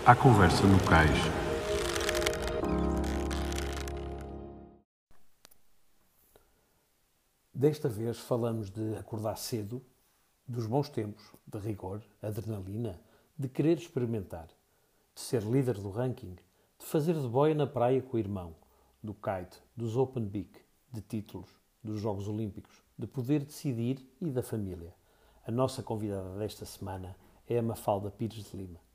À conversa no cais. Desta vez falamos de acordar cedo, dos bons tempos, de rigor, adrenalina, de querer experimentar, de ser líder do ranking, de fazer de boia na praia com o irmão, do kite, dos open beak, de títulos, dos Jogos Olímpicos, de poder decidir e da família. A nossa convidada desta semana é a Mafalda Pires de Lima.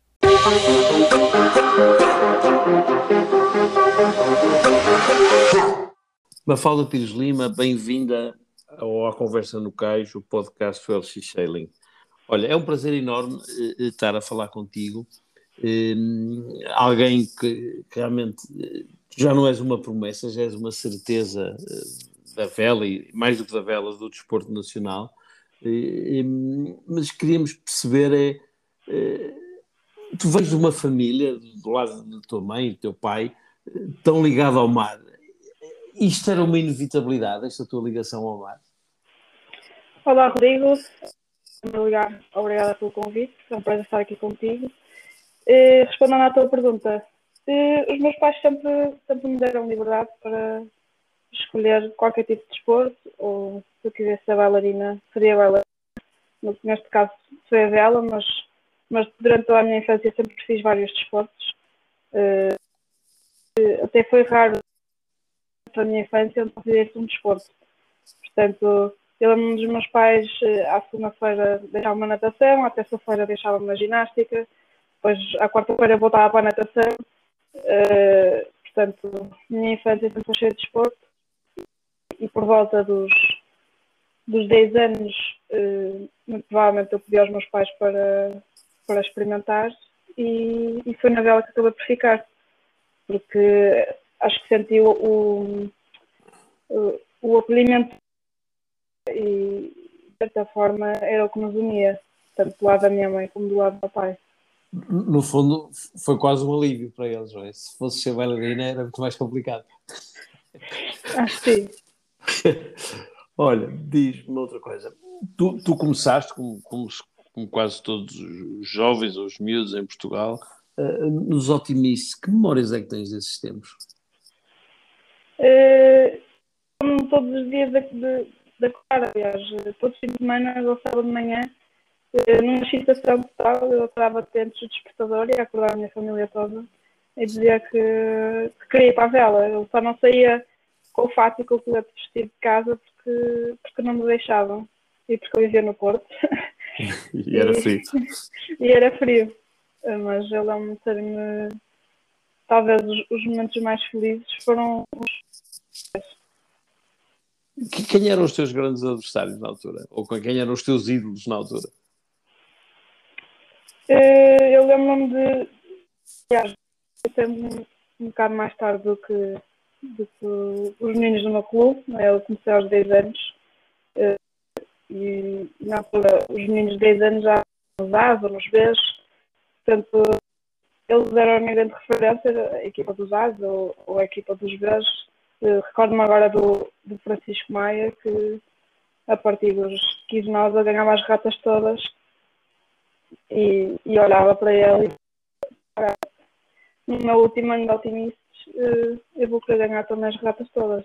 Mafalda Pires de Lima, bem-vinda à Conversa no Cais, o podcast do LX Sailing. Olha, é um prazer enorme estar a falar contigo. Alguém que realmente já não és uma promessa, já és uma certeza da vela, e mais do que da vela, do desporto nacional. Mas queríamos perceber, tu vens de uma família, do lado da tua mãe e do teu pai, tão ligado ao mar. Isto era uma inevitabilidade, esta tua ligação ao mar? Olá, Rodrigo. Obrigada pelo convite. É um prazer estar aqui contigo. Respondendo à tua pergunta, os meus pais sempre me deram liberdade para escolher qualquer tipo de desporto, ou se eu quisesse ser bailarina, seria bailarina. Neste caso, sou a vela, mas durante toda a minha infância sempre fiz vários desportos. Até foi raro na minha infância onde fizesse um desporto. Portanto, eu lembro-me dos meus pais, à segunda-feira deixavam-me na natação, à terça-feira deixavam-me na ginástica, depois à quarta-feira voltava para a natação. Portanto, minha infância sempre foi cheia de desporto e por volta dos 10 anos, muito provavelmente eu pedi aos meus pais para experimentar e foi na vela que acabei por ficar, porque acho que senti o acolhimento e, de certa forma, era o que nos unia, tanto do lado da minha mãe como do lado do meu pai. No fundo, foi quase um alívio para eles, não é? Se fosse ser bailarina era muito mais complicado. Acho que sim. Olha, diz-me outra coisa. Tu começaste, como quase todos os jovens ou os miúdos em Portugal, nos Optimists. Que memórias é que tens desses tempos? Como todos os dias de acordar, aliás, todos os fins de semana, ou sábado de manhã, numa excitação total, eu acordava atento do despertador e acordava a minha família toda e dizia que queria ir para a vela. Eu só não saía com o fato e com o colete vestido de casa porque não me deixavam e porque eu vivia no Porto. E era frio. E era frio. Mas eu lembro-me de ter-me. Talvez os momentos mais felizes foram Quem eram os teus grandes adversários na altura? Ou quem eram os teus ídolos na altura? eu lembro-me de. Aliás, até um bocado mais tarde do que os meninos do meu clube. Eu comecei aos 10 anos e na altura os meninos de 10 anos já nos As ou nos Bs. Portanto, eles eram a minha grande referência, a equipa dos As ou a equipa dos Bs. Recordo-me agora do Francisco Maia, que a partir dos 15 nós eu ganhava as ratas todas e olhava para ele e no meu último ano de Optimistas eu vou querer ganhar também as ratas todas.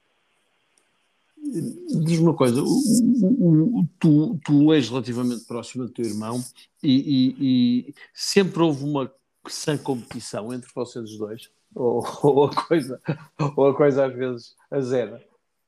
Diz-me uma coisa, tu és relativamente próximo do teu irmão e sempre houve uma sã competição entre vocês dois? Ou a coisa às vezes azeda?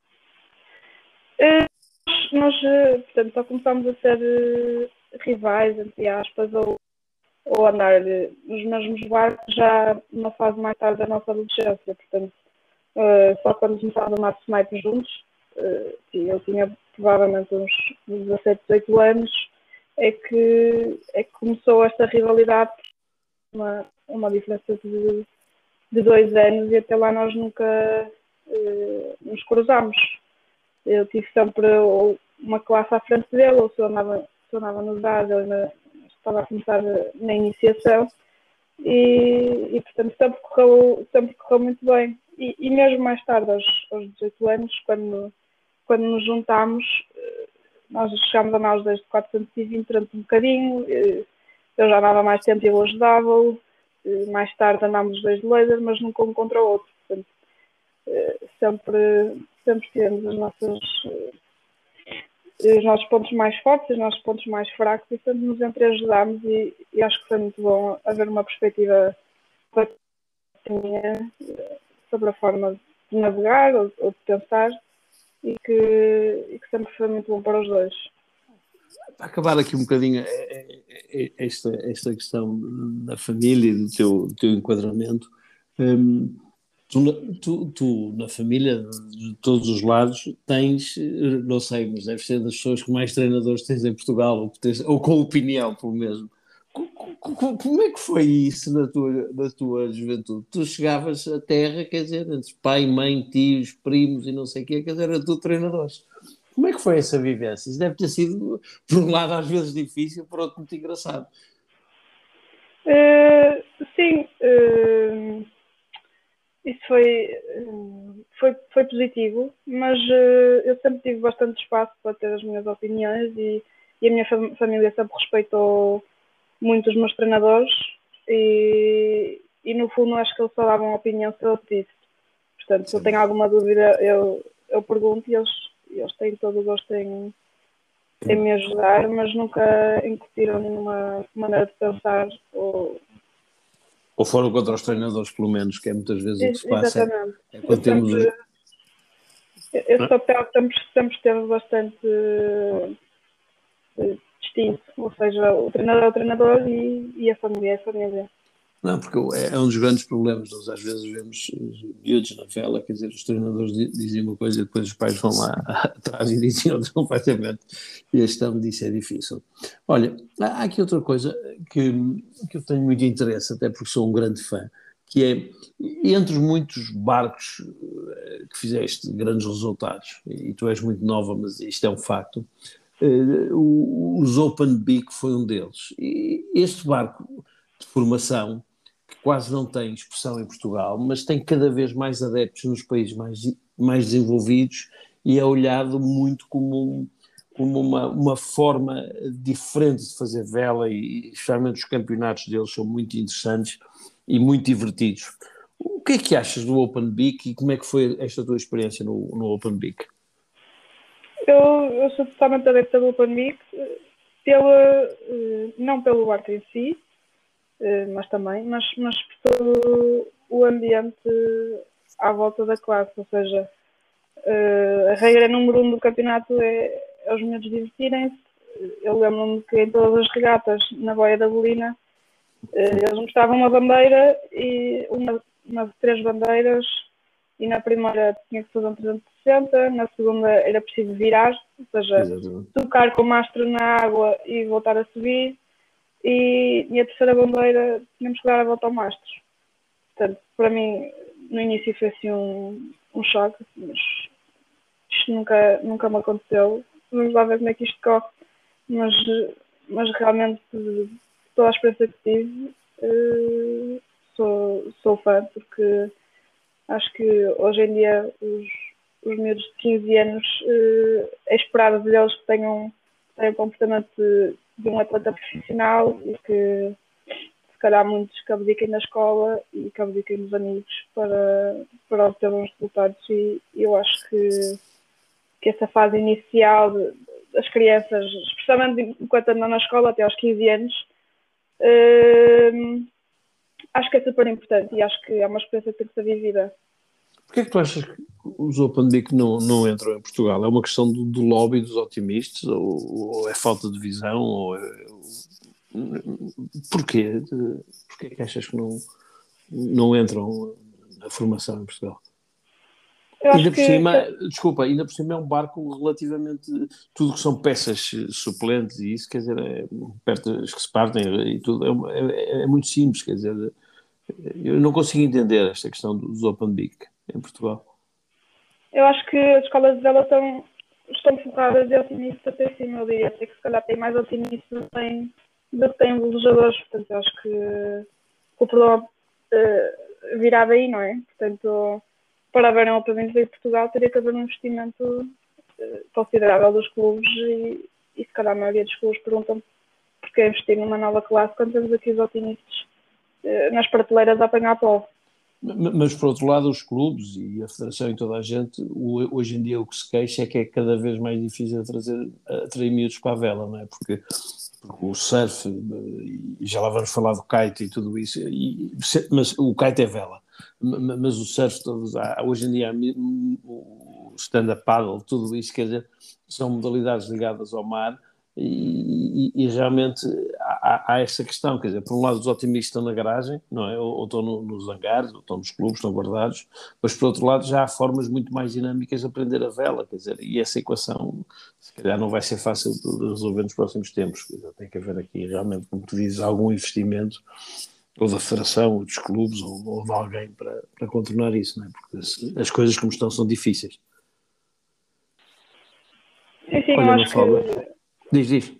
Nós, portanto, só começámos a ser rivais, entre aspas, ou andar nos mesmos barcos já numa fase mais tarde da nossa adolescência. Portanto, só quando começámos a andar de sniper juntos, eu tinha provavelmente uns 17, 18 anos, é que começou esta rivalidade, uma diferença de 2 anos e até lá nós nunca nos cruzámos. Eu tive sempre uma classe à frente dele, ou se eu andava nos dados, ele ainda estava a começar na iniciação e portanto sempre correu muito bem. E mesmo mais tarde, aos 18 anos, quando nos juntámos, nós chegámos a andar os dois de 420 durante um bocadinho, eu já andava mais tempo e eu ajudava-o. Mais tarde andámos os dois de laser, mas nunca um contra o outro. Portanto, sempre tivemos os nossos pontos mais fortes, os nossos pontos mais fracos e sempre nos entreajudámos e acho que foi muito bom haver uma perspectiva sobre a forma de navegar ou de pensar e que sempre foi muito bom para os dois. Para acabar aqui um bocadinho esta questão da família e do teu enquadramento, tu, na família, de todos os lados, tens, não sei, mas deves ser das pessoas que mais treinadores tens em Portugal, ou com opinião, pelo mesmo. Como é que foi isso na tua juventude? Tu chegavas à terra, quer dizer, entre pai, mãe, tios, primos e não sei o quê, quer dizer, era tu treinadores. Como é que foi essa vivência? Isso deve ter sido, por um lado, às vezes difícil, por outro, muito engraçado. Sim, isso foi positivo, mas eu sempre tive bastante espaço para ter as minhas opiniões e a minha família sempre respeitou muito os meus treinadores e no fundo acho que eles só davam opinião se eu pedisse. Portanto, se eu tenho alguma dúvida, eu pergunto e eles têm todo o gosto em me ajudar, mas nunca incutiram nenhuma maneira de pensar Ou foram contra os treinadores, pelo menos, que é muitas vezes o que se passa. Exatamente. Quando temos... Esse papel sempre esteve bastante distinto, ou seja, o treinador é o treinador e a família é a família. Não, porque é um dos grandes problemas. Nós às vezes vemos miúdos na vela, quer dizer, os treinadores dizem uma coisa e depois os pais vão lá atrás e dizem outra completamente. E a gestão disso é difícil. Olha, há aqui outra coisa que eu tenho muito interesse, até porque sou um grande fã, que é, entre os muitos barcos que fizeste grandes resultados, e tu és muito nova, mas isto é um facto, os Open Beak foi um deles. E este barco de formação que quase não tem expressão em Portugal, mas tem cada vez mais adeptos nos países mais desenvolvidos e é olhado muito como uma forma diferente de fazer vela e especialmente os campeonatos deles são muito interessantes e muito divertidos. O que é que achas do Open Beak e como é que foi esta tua experiência no Open Beak? Eu sou totalmente adepta do Open Beak, não pelo barco em si, mas também, mas por todo o ambiente à volta da classe, ou seja, a regra número 1 do campeonato é os miúdos divertirem-se. Eu lembro-me que em todas as regatas, na boia da Bolina, eles mostravam uma bandeira e uma de 3 bandeiras e na primeira tinha que fazer um 360, na segunda era preciso virar, ou seja, Exatamente. tocar com o mastro na água e voltar a subir. E a terceira bandeira tínhamos que dar a volta ao mastro. Portanto, para mim, no início foi assim um choque, mas isto nunca me aconteceu. Vamos lá ver como é que isto corre. Mas realmente, toda a experiência que tive, sou fã, porque acho que hoje em dia os miúdos de 15 anos é esperado deles que tenham o comportamento de um atleta profissional e que se calhar muitos que abdiquem da escola e que abdiquem dos amigos para obter bons resultados e eu acho que essa fase inicial das crianças, especialmente enquanto andam na escola até aos 15 anos, acho que é super importante e acho que é uma experiência que tem que ser vivida. Porquê é que tu achas que os Open Beak não entram em Portugal? É uma questão do lobby dos otimistas? Ou é falta de visão? Porquê? Porquê é que achas que não entram na formação em Portugal? Ainda por cima, desculpa, ainda por cima é um barco relativamente, tudo que são peças suplentes e isso, quer dizer, peças que se partem e tudo, é muito simples, quer dizer, eu não consigo entender esta questão dos Open Beak em Portugal. Eu acho que as escolas de vela estão focadas de otimistas até cima, eu diria que se calhar tem mais otimistas do que tem velejadores, portanto eu acho que o problema virá daí, não é? Portanto, para haver um Open Beak em Portugal teria que haver um investimento considerável dos clubes e se calhar a maioria dos clubes perguntam porque investir numa nova classe quando temos aqui os otimistas nas prateleiras a apanhar pó. Mas, por outro lado, os clubes e a Federação e toda a gente, hoje em dia o que se queixa é que é cada vez mais difícil atrair miúdos para a vela, não é? Porque o surf, e já lá vamos falar do kite e tudo isso, mas o kite é vela, mas o surf, hoje em dia, o stand-up paddle, tudo isso, quer dizer, são modalidades ligadas ao mar. E realmente há essa questão, quer dizer, por um lado os otimistas estão na garagem, não é? Ou estão nos hangares, ou estão nos clubes, estão guardados, mas por outro lado já há formas muito mais dinâmicas de aprender a vela, quer dizer, e essa equação se calhar não vai ser fácil de resolver nos próximos tempos, quer dizer, tem que haver aqui realmente, como tu dizes, algum investimento, ou da federação, ou dos clubes, ou de alguém para contornar isso, não é? Porque as coisas como estão são difíceis. Sim, Olha, eu uma acho forma. Diz.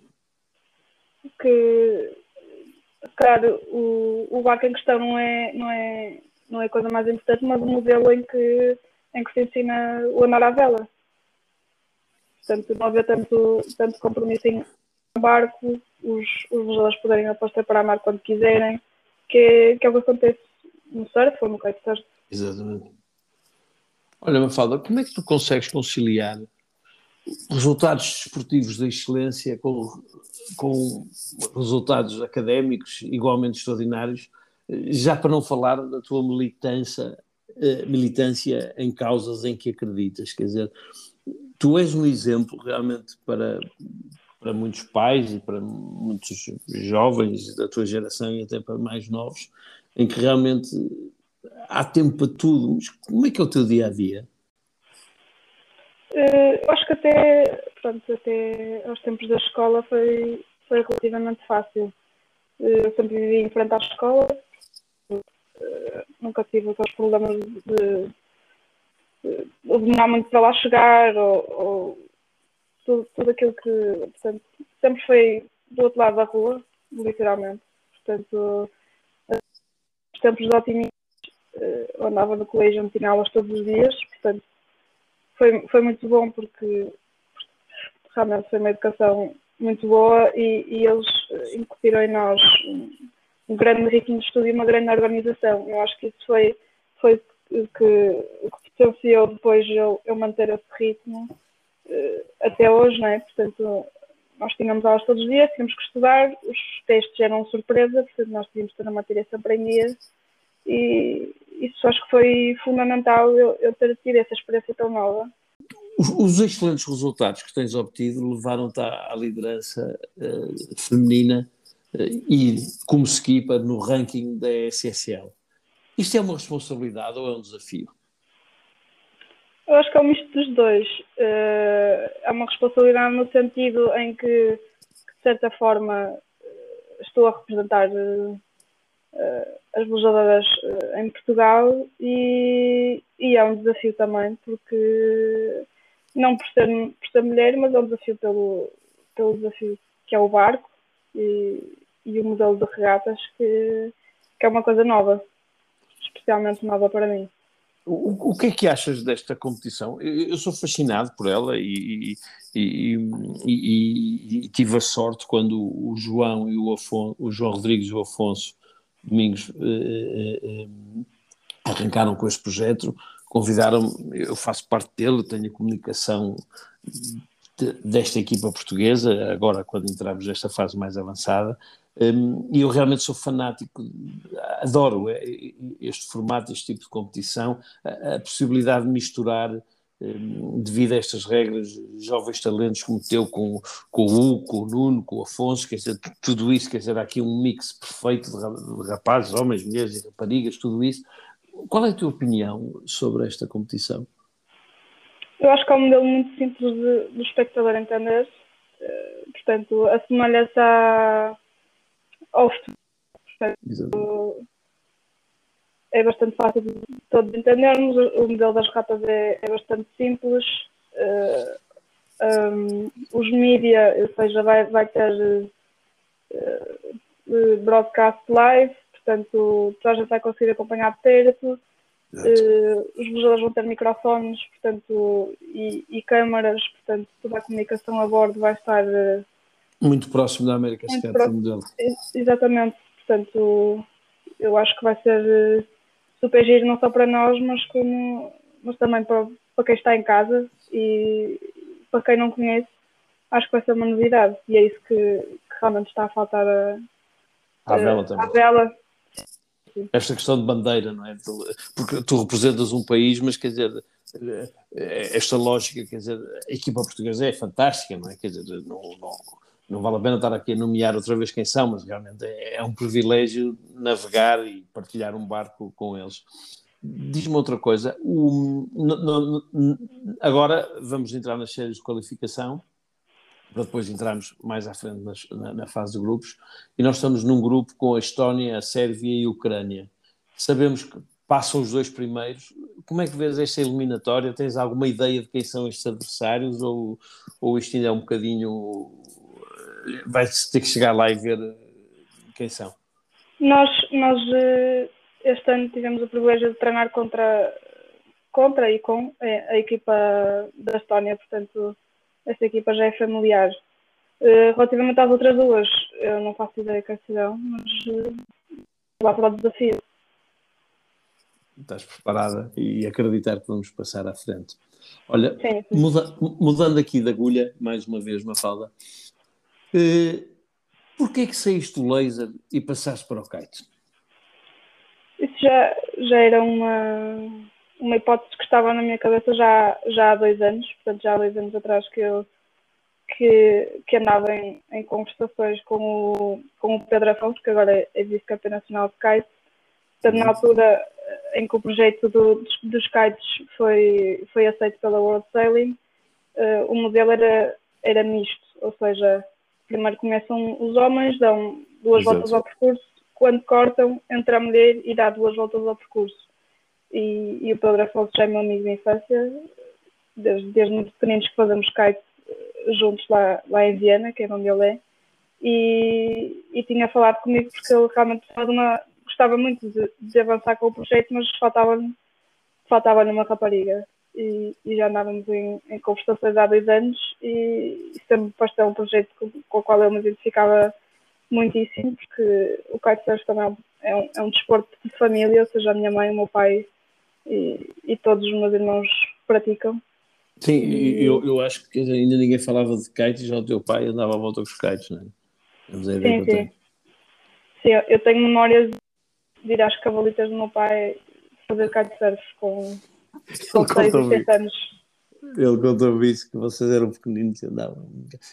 que claro, o barco em questão não é a coisa mais importante, mas o modelo em que se ensina o andar à vela. Portanto, não haver tanto compromisso em barco, os veladores poderem apostar para a mar quando quiserem, que é o que acontece no surf ou no kitesurf. Exatamente. Olha, Mafalda, como é que tu consegues conciliar resultados desportivos de excelência com resultados académicos igualmente extraordinários, já para não falar da tua militância em causas em que acreditas? Quer dizer, tu és um exemplo realmente para muitos pais e para muitos jovens da tua geração e até para mais novos, em que realmente há tempo para tudo. Mas como é que é o teu dia-a-dia? Eu acho que até aos tempos da escola foi relativamente fácil. Eu sempre vivi em frente à escola, nunca tive aqueles problemas de demorar muito para lá chegar ou tudo aquilo que, portanto, sempre foi do outro lado da rua, literalmente. Portanto, os tempos de otimismo, eu andava no colégio onde tinha aulas todos os dias, portanto, foi muito bom porque realmente foi uma educação muito boa e eles incutiram em nós um grande ritmo de estudo e uma grande organização. Eu acho que isso foi o que potenciou depois eu manter esse ritmo até hoje, não é? Portanto, nós tínhamos aulas todos os dias, tínhamos que estudar, os testes eram surpresa, portanto nós tínhamos ter a matéria sempre em dia e isso acho que foi fundamental eu ter tido essa experiência tão nova. Os excelentes resultados que tens obtido levaram-te à liderança feminina e como skipper no ranking da SSL. Isto é uma responsabilidade ou é um desafio? Eu acho que é um misto dos dois. É uma responsabilidade no sentido em que de certa forma, estou a representar as velejadoras em Portugal e é um desafio também, porque não por ser mulher, mas é um desafio pelo desafio que é o barco e o modelo de regatas, que é uma coisa nova, especialmente nova para mim. O que é que achas desta competição? Eu sou fascinado por ela e tive a sorte quando o João e o João Rodrigues e o Afonso Domingos arrancaram com este projeto, convidaram-me, eu faço parte dele, tenho a comunicação desta equipa portuguesa, agora quando entramos nesta fase mais avançada, e eu realmente sou fanático, adoro este formato, este tipo de competição, a possibilidade de misturar, devido a estas regras, jovens talentos como o teu, com o Hugo, com o Nuno, com o Afonso, quer dizer, tudo isso, quer dizer, há aqui um mix perfeito de rapazes, homens, mulheres e raparigas, tudo isso. Qual é a tua opinião sobre esta competição? Eu acho que é um modelo muito simples do espectador entender, portanto, assemelha-se ao futebol. É bastante fácil de todos entendermos, o modelo das ratas é bastante simples, os mídia, ou seja, vai ter broadcast live, portanto, toda a gente vai conseguir acompanhar de perto, os velejadores vão ter microfones, portanto, e câmaras, portanto, toda a comunicação a bordo vai estar Muito próximo da América muito Skate próximo. modelo. Exatamente. Portanto, eu acho que vai ser super giro não só para nós, mas também para quem está em casa e para quem não conhece, acho que vai ser uma novidade. E é isso que realmente está a faltar À vela à também. vela. Esta questão de bandeira, não é? Porque tu representas um país, mas quer dizer, esta lógica, quer dizer, a equipa portuguesa é fantástica, não é? Quer dizer, não vale a pena estar aqui a nomear outra vez quem são, mas realmente é um privilégio navegar e partilhar um barco com eles. Diz-me outra coisa, agora vamos entrar nas séries de qualificação, para depois entrarmos mais à frente na fase de grupos, e nós estamos num grupo com a Estónia, a Sérvia e a Ucrânia. Sabemos que passam os dois primeiros. Como é que vês esta eliminatória? Tens alguma ideia de quem são estes adversários ou isto ainda é um bocadinho... Vai-se ter que chegar lá e ver quem são? Nós este ano tivemos o privilégio de treinar contra e com a equipa da Estónia, portanto, essa equipa já é familiar. Relativamente às outras duas, eu não faço ideia quem serão, mas lá para o desafio. Estás preparada e acreditar que vamos passar à frente. Olha, Sim, sim. mudando aqui de agulha, mais uma vez, Mafalda, porquê é que saíste do laser e passaste para o kite? Isso já era uma hipótese que estava na minha cabeça já há 2 anos, portanto já há 2 anos atrás que andava em conversações com o Pedro Afonso, que agora é vice-campeão nacional de kite. Portanto, na altura em que o projeto dos kites foi aceito pela World Sailing, o modelo era misto, ou seja, primeiro começam os homens, dão duas voltas ao percurso, quando cortam, entra a mulher e dá duas voltas ao percurso. E o Pedro Afonso já é meu amigo de infância, desde muito pequeninos que fazemos kite juntos lá em Viena, que é onde ele é, e tinha falado comigo porque ele realmente gostava muito de avançar com o projeto, mas faltava-lhe uma rapariga. E já andávamos em conversações há 2 anos e sempre depois é um projeto com o qual eu me identificava muitíssimo, porque o kitesurf também é um desporto de família, ou seja, a minha mãe, o meu pai e todos os meus irmãos praticam. Sim, eu acho que ainda ninguém falava de kites e já o teu pai andava à volta com os kites, não é? Vamos a ideia que eu tenho. Sim, eu tenho memórias de ir às cavalitas do meu pai fazer kitesurf com 6 e 7 anos. Ele contou-me isso, que vocês eram pequeninos e andavam.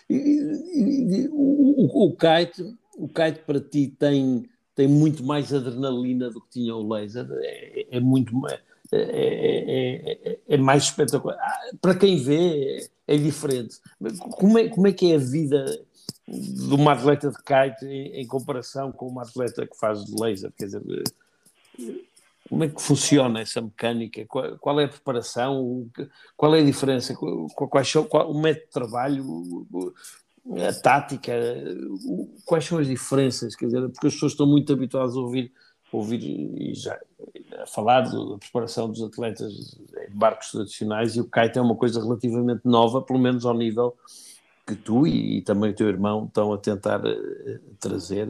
O kite para ti tem muito mais adrenalina do que tinha o laser. É muito é mais espetacular. Para quem vê, é diferente. Como é que é a vida de uma atleta de kite em comparação com uma atleta que faz de laser? Quer dizer, como é que funciona essa mecânica? Qual é a preparação? Qual é a diferença? Qual o método de trabalho? A tática? Quais são as diferenças? Quer dizer, porque as pessoas estão muito habituadas a ouvir e já a falar da preparação dos atletas em barcos tradicionais, e o kite é uma coisa relativamente nova, pelo menos ao nível que tu e também o teu irmão estão a tentar trazer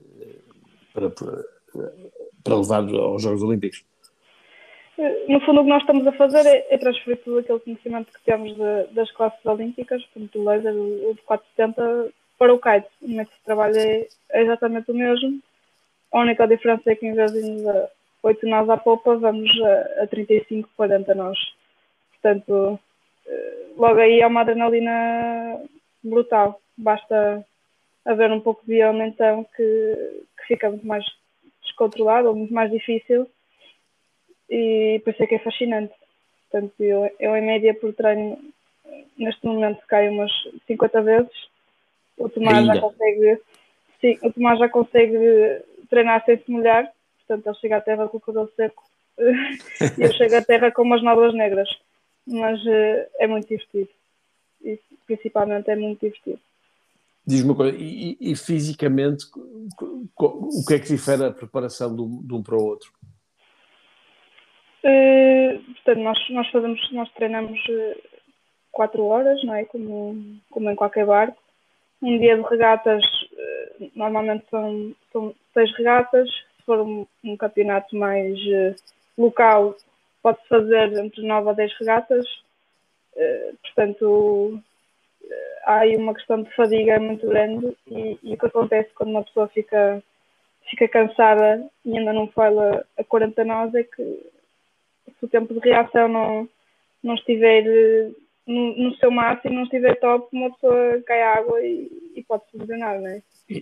para levar aos Jogos Olímpicos. No fundo, o que nós estamos a fazer é transferir todo aquele conhecimento que temos das classes olímpicas, portanto, o laser, o de 470, para o kite. O método de trabalho é exatamente o mesmo. A única diferença é que, em vez de irmos a 8 nós à popa, vamos a 35, 40 nós. Portanto, logo aí é uma adrenalina brutal. Basta haver um pouco de ion, então, que fica muito mais descontrolado ou muito mais difícil. E por isso é que é fascinante. Portanto, eu em média por treino, neste momento caio umas 50 vezes. O Tomás já consegue, sim, o Tomás já consegue treinar sem se molhar, portanto ele chega à terra com o cabelo seco e eu chego à terra com umas nódoas negras, mas é muito divertido, e principalmente é muito divertido. Diz-me uma coisa, e fisicamente, o que é que difere a preparação de um para o outro? Portanto, nós treinamos 4 horas, não é? Como em qualquer barco. um dia de regatas, normalmente são 6 regatas. Se for um campeonato mais local, pode-se fazer entre 9 a 10 regatas. Portanto, há aí uma questão de fadiga muito grande e o que acontece quando uma pessoa fica cansada e ainda não fala a 40 nós é que se o tempo de reação não estiver no seu máximo, não estiver top, uma pessoa cai à água e pode se lesionar, não é?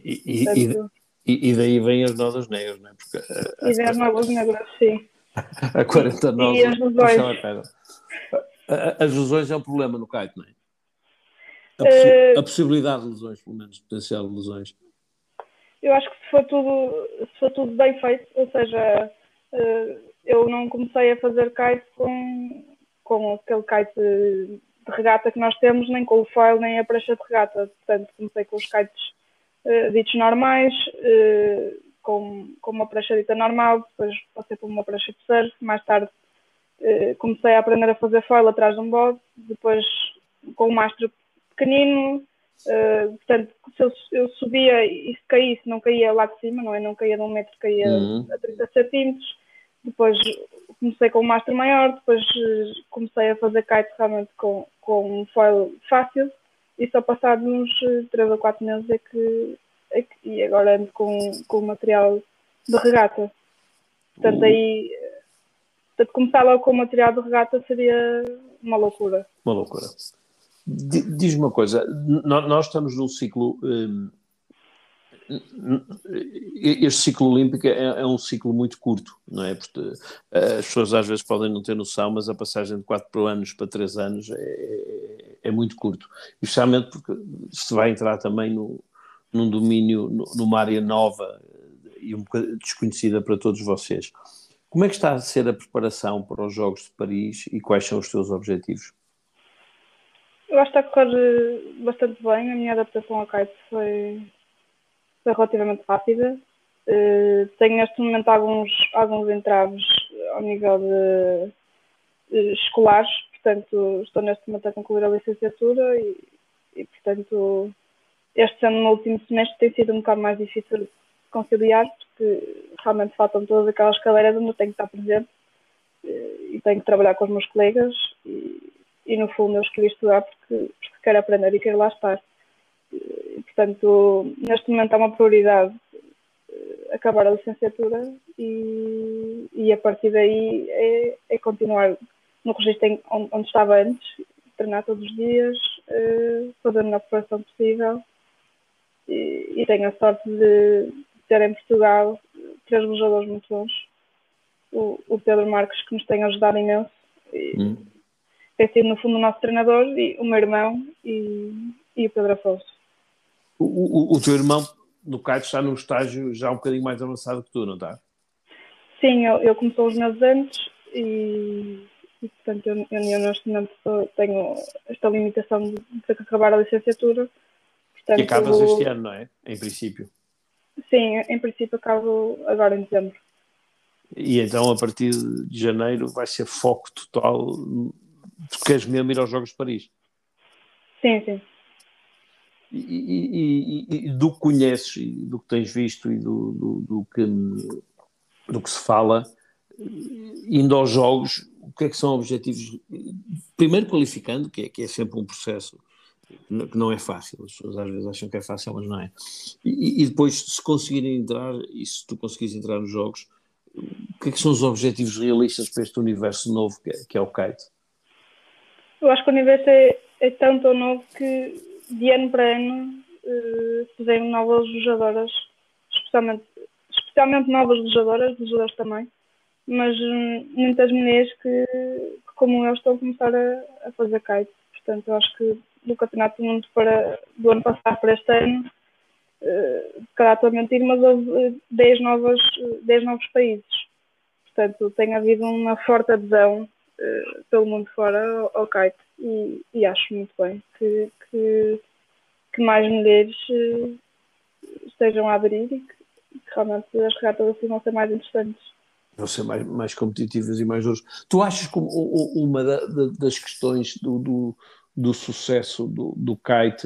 E daí vêm as nodas negras, não é? Porque e vem as novas negras, sim. a 40 nós E as lesões. As lesões é um problema no kite, não é? A possibilidade de lesões, pelo menos, potencial de lesões. Eu acho que se for tudo bem feito, ou seja, eu não comecei a fazer kite com aquele kite de regata que nós temos, nem com o foil, nem a prancha de regata. Portanto, comecei com os kites ditos normais, com uma prancha dita normal, depois passei por uma prancha de surf, mais tarde comecei a aprender a fazer foil atrás de um board, depois com um mastro pequenino. Portanto, se eu subia e se caísse, não caía lá de cima, não é? Não caía de 1 metro, caía a 30 centímetros. Depois comecei com um mastro maior, depois comecei a fazer kite realmente com um foil fácil e só passado uns 3 ou 4 meses e agora ando com o material de regata. Portanto, começar logo com o material de regata seria uma loucura. Uma loucura. Diz-me uma coisa, nós estamos num ciclo, este ciclo olímpico é um ciclo muito curto, não é? Porque as pessoas às vezes podem não ter noção, mas a passagem de 4 anos para 3 anos é muito curto, e especialmente porque se vai entrar também num domínio, numa área nova e um bocadinho desconhecida para todos vocês. Como é que está a ser a preparação para os Jogos de Paris e quais são os teus objetivos? Eu acho que está a correr bastante bem. A minha adaptação ao kite foi relativamente rápida. Tenho neste momento alguns entraves ao nível de escolares, portanto estou neste momento a concluir a licenciatura e portanto este ano no último semestre tem sido um bocado mais difícil de conciliar, porque realmente faltam todas aquelas cadeiras onde eu tenho que estar presente e tenho que trabalhar com os meus colegas e no fundo eu escolhi estudar porque quero aprender e quero lá estar. E, portanto, neste momento há uma prioridade acabar a licenciatura e a partir daí é continuar no registro onde estava antes, treinar todos os dias, fazer a melhor preparação possível e tenho a sorte de ter em Portugal 3 lutadores muito bons. O Pedro Marques, que nos tem ajudado imenso, tem sido no fundo o nosso treinador, e o meu irmão e o Pedro Afonso. O teu irmão no kite está num estágio já um bocadinho mais avançado que tu, não está? Sim, eu comecei os meses antes e portanto eu neste momento tenho esta limitação de ter que acabar a licenciatura. Portanto, e acabas este ano, não é? Em princípio. Sim, em princípio acabo agora em dezembro. E então a partir de janeiro vai ser foco total. Tu queres mesmo ir aos Jogos de Paris? Sim, sim. E do que conheces, e do que tens visto e do que se fala, indo aos Jogos, o que é que são objetivos? Primeiro qualificando, que é sempre um processo que não é fácil, as pessoas às vezes acham que é fácil, mas não é. E depois, se conseguirem entrar, e se tu conseguires entrar nos Jogos, o que é que são os objetivos realistas para este universo novo que é o kite? Eu acho que o universo é tanto novo que de ano para ano se vêem novas jogadoras, especialmente novas jogadoras também, mas muitas mulheres que como eu estão a começar a fazer kite. Portanto, eu acho que do Campeonato do Mundo do ano passado para este ano, se calhar estou a mentir, mas houve 10 novos países. Portanto, tem havido uma forte adesão pelo mundo fora ao kite e acho muito bem que mais mulheres estejam a aderir e que realmente as regatas assim vão ser mais interessantes. Vão ser mais competitivas e mais duras. Tu achas que uma das questões do sucesso do kite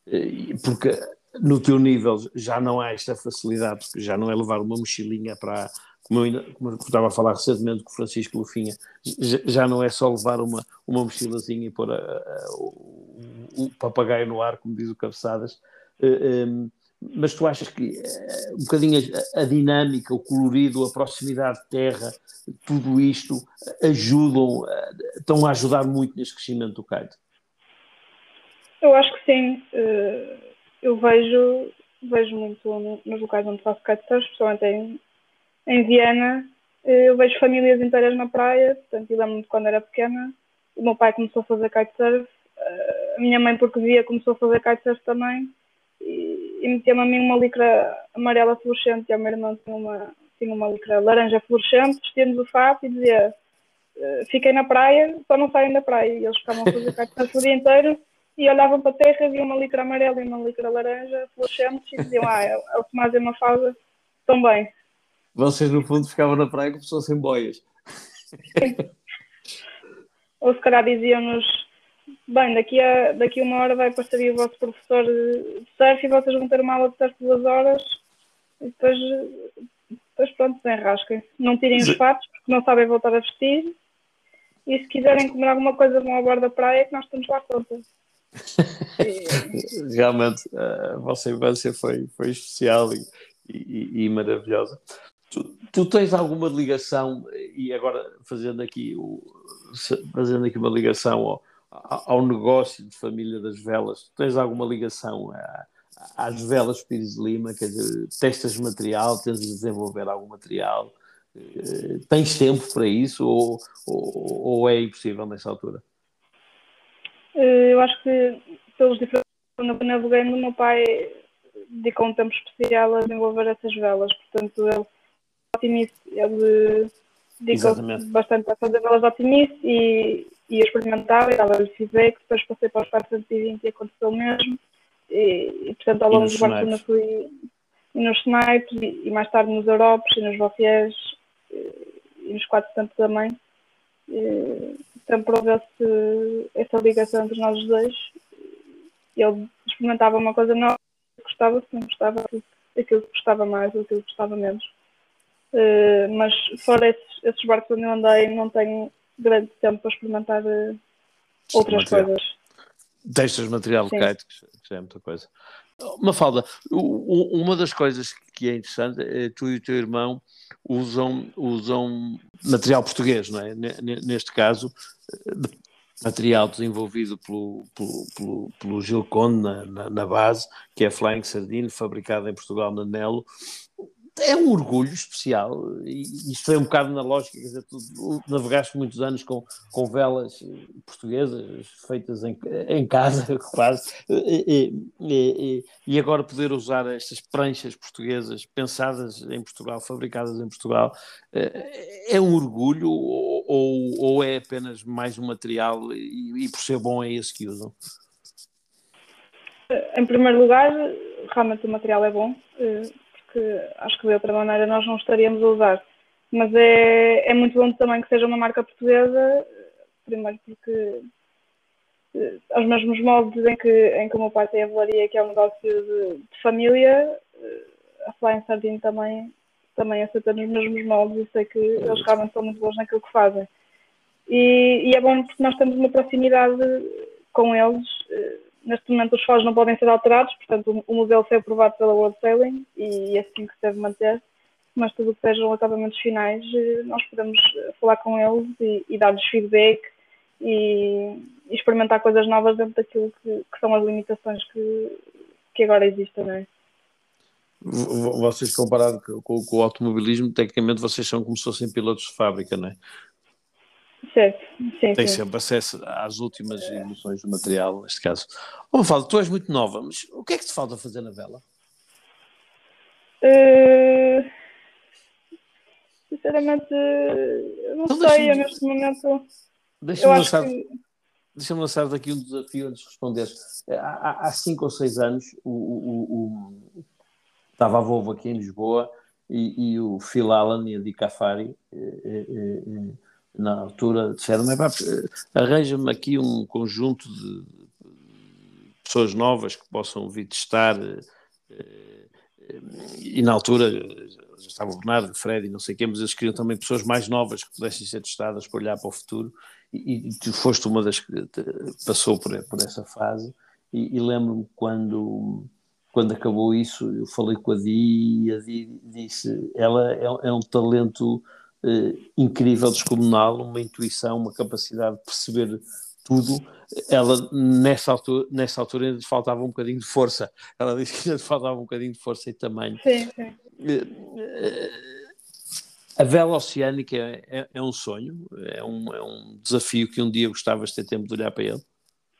Porque no teu nível já não há esta facilidade, porque já não é levar uma mochilinha para, como eu estava a falar recentemente com o Francisco Lufinha, já não é só levar uma mochilazinha e pôr o papagaio no ar, como diz o Cabeçadas. Mas tu achas que um bocadinho a dinâmica, o colorido, a proximidade de terra, tudo isto ajudam, estão a ajudar muito neste crescimento do kite? Eu acho que sim. Eu vejo muito nos locais onde faço kitesurf, especialmente em Viena. Eu vejo famílias inteiras na praia, portanto, eu lembro-me de quando era pequena. O meu pai começou a fazer kitesurf, a minha mãe, porque via, começou a fazer kitesurf também, e metia-me a mim uma licra amarela fluorescente, e a minha irmã tinha uma licra laranja fluorescente, vestíamos o fato e dizia: fiquem na praia, só não saem da praia. E eles ficavam a fazer kitesurf o dia inteiro e olhavam para a terra, viam uma licra amarela e uma licra laranja fluorescentes e diziam: é o Tomás e uma Mafalda, estão bem. Vocês, no fundo, ficavam na praia como se fossem boias. Ou se calhar diziam-nos: bem, daqui a uma hora vai aparecer o vosso professor de surf e vocês vão ter uma aula de surf de 2 horas e depois pronto, desenrasquem. Não tirem os fatos porque não sabem voltar a vestir e se quiserem comer alguma coisa vão ao bordo da praia que nós estamos lá contas. Realmente, a vossa infância foi especial e maravilhosa. Tu tens alguma ligação, e agora fazendo aqui uma ligação ao negócio de família das velas, tens alguma ligação às velas Pires de Lima? Quer dizer, testas material, tens de desenvolver algum material? Tens tempo para isso ou é impossível nessa altura? Eu acho que pelos diferentes quando eu naveguei, o meu pai dedicou um tempo especial a desenvolver essas velas, portanto ele dedicou-se bastante a fazer velas de Optimist e a experimentar, e dava-lhe feedback, depois passei para os 420 e aconteceu o mesmo, e portanto ao longo dos barcos eu fui nos Snipes e mais tarde nos Europes e nos Vautiers e nos 400 também. Então provou-se essa ligação entre nós dois. Ele experimentava uma coisa nova, gostava, se não gostava, aquilo que gostava mais, aquilo que gostava menos. Mas fora esses barcos onde eu andei, não tenho grande tempo para experimentar outras coisas. Testas material de kite, que já é muita coisa. Mafalda, uma das coisas que é interessante é tu e o teu irmão usam material português, não é? Neste caso, material desenvolvido pelo Gil Conde na base, que é a Flying Sardine, fabricada em Portugal na Nelo. É um orgulho especial, e isto é um bocado na lógica, quer dizer, tu navegaste muitos anos com velas portuguesas feitas em casa, quase, e agora poder usar estas pranchas portuguesas pensadas em Portugal, fabricadas em Portugal, é um orgulho ou é apenas mais um material e por ser bom é esse que usam? Em primeiro lugar, realmente o material é bom, porque acho que de outra maneira nós não estaríamos a usar. Mas é muito bom também que seja uma marca portuguesa, primeiro porque aos mesmos moldes em que o meu pai tem a velaria, que é um negócio de família, a Flying Sardine também aceita nos mesmos moldes e sei que eles realmente são muito bons naquilo que fazem. E é bom porque nós temos uma proximidade com eles. Neste momento os foles não podem ser alterados, portanto o modelo foi aprovado pela World Sailing e é assim que se deve manter, mas tudo o que sejam acabamentos finais nós podemos falar com eles e dar-lhes feedback e experimentar coisas novas dentro daquilo que são as limitações que agora existem, não é? Vocês, comparado com o automobilismo, tecnicamente vocês são como se fossem pilotos de fábrica, não é? Certo, sim. Tem sempre acesso às últimas evoluções do material, neste caso. Mafalda, tu és muito nova, mas o que é que te falta fazer na vela? Sinceramente, eu não sei, neste momento. Deixa-me lançar daqui um desafio antes de responderes. Há 5 ou 6 anos, estava a Volvo aqui em Lisboa e o Phil Allen e a Di Cafari, na altura, disseram-me: arranja-me aqui um conjunto de pessoas novas que possam vir testar, e na altura já estava o Bernardo, o Fred e não sei o quê, mas eles queriam também pessoas mais novas que pudessem ser testadas para olhar para o futuro, e tu foste uma das que passou por essa fase, e lembro-me quando acabou isso, eu falei com a Di, e a Di disse, ela é um talento incrível, descomunal, uma intuição, uma capacidade de perceber tudo. Ela, nessa altura ainda lhe faltava um bocadinho de força. Ela disse que ainda lhe faltava um bocadinho de força e tamanho. Sim, sim. A vela oceânica é um sonho, é um desafio que um dia gostavas de ter tempo de olhar para ele?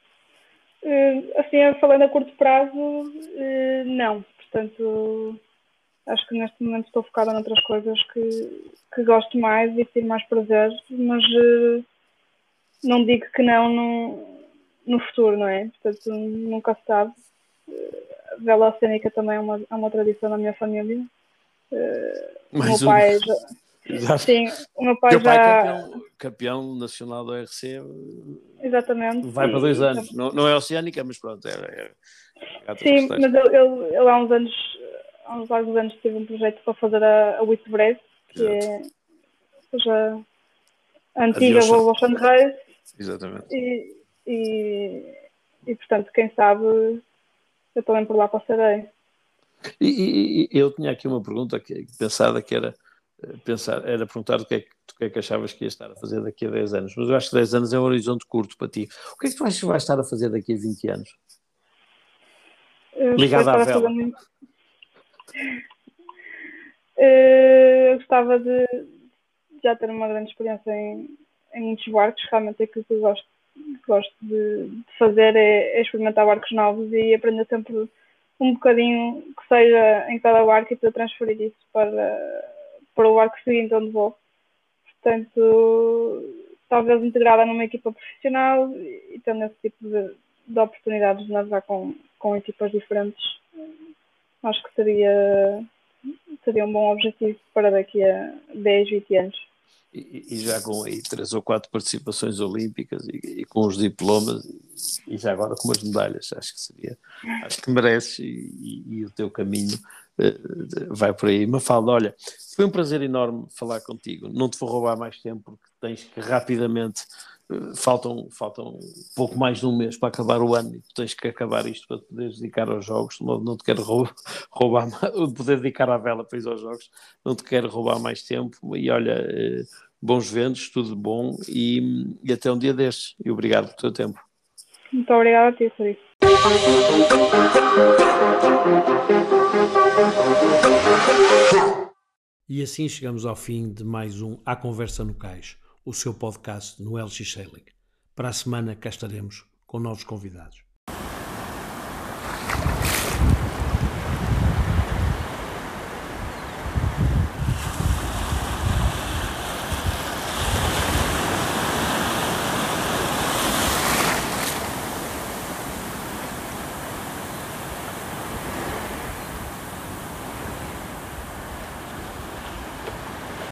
Assim, falando a curto prazo, não. Portanto, acho que neste momento estou focada noutras coisas que gosto mais e que tenho mais prazer, mas não digo que não no futuro, não é? Portanto, nunca se sabe. A vela oceânica também é uma tradição na minha família. O meu pai sim, o meu pai teu pai já... campeão nacional do RC. Exatamente. Vai para 2 anos. Não é oceânica, mas pronto. Sim, mas ele há uns anos, há uns largos anos, teve um projeto para fazer a Whitbread, que é a antiga Volvo Ocean Race. Exatamente. E portanto, quem sabe, eu também por lá passarei. E eu tinha aqui uma pergunta pensada, que era perguntar o que é que achavas que ia estar a fazer daqui a 10 anos. Mas eu acho que 10 anos é um horizonte curto para ti. O que é que tu achas que vais estar a fazer daqui a 20 anos? Ligado à vela. Eu gostava de já ter uma grande experiência em muitos barcos. Realmente aquilo que eu gosto de fazer é experimentar barcos novos e aprender sempre um bocadinho que seja em cada barco, e para transferir isso para o barco seguinte onde vou. Portanto, talvez integrada numa equipa profissional e tendo esse tipo de oportunidades de navegar com equipas diferentes, acho que seria um bom objetivo para daqui a 10, 20 anos. E já com aí 3 ou 4 participações olímpicas e com os diplomas e já agora com as medalhas, acho que mereces, e o teu caminho vai por aí. Mafalda, olha, foi um prazer enorme falar contigo. Não te vou roubar mais tempo porque tens que rapidamente, faltam pouco mais de um mês para acabar o ano e tu tens que acabar isto para te poderes dedicar aos jogos. Não te quero roubar poder dedicar à vela para ir aos jogos, não te quero roubar mais tempo, e olha, bons ventos, tudo de bom, e até um dia destes, e obrigado pelo teu tempo. Muito obrigada a ti, Felipe. E assim chegamos ao fim de mais um À Conversa no Cais, o seu podcast no LX Sailing. Para a semana cá estaremos com novos convidados.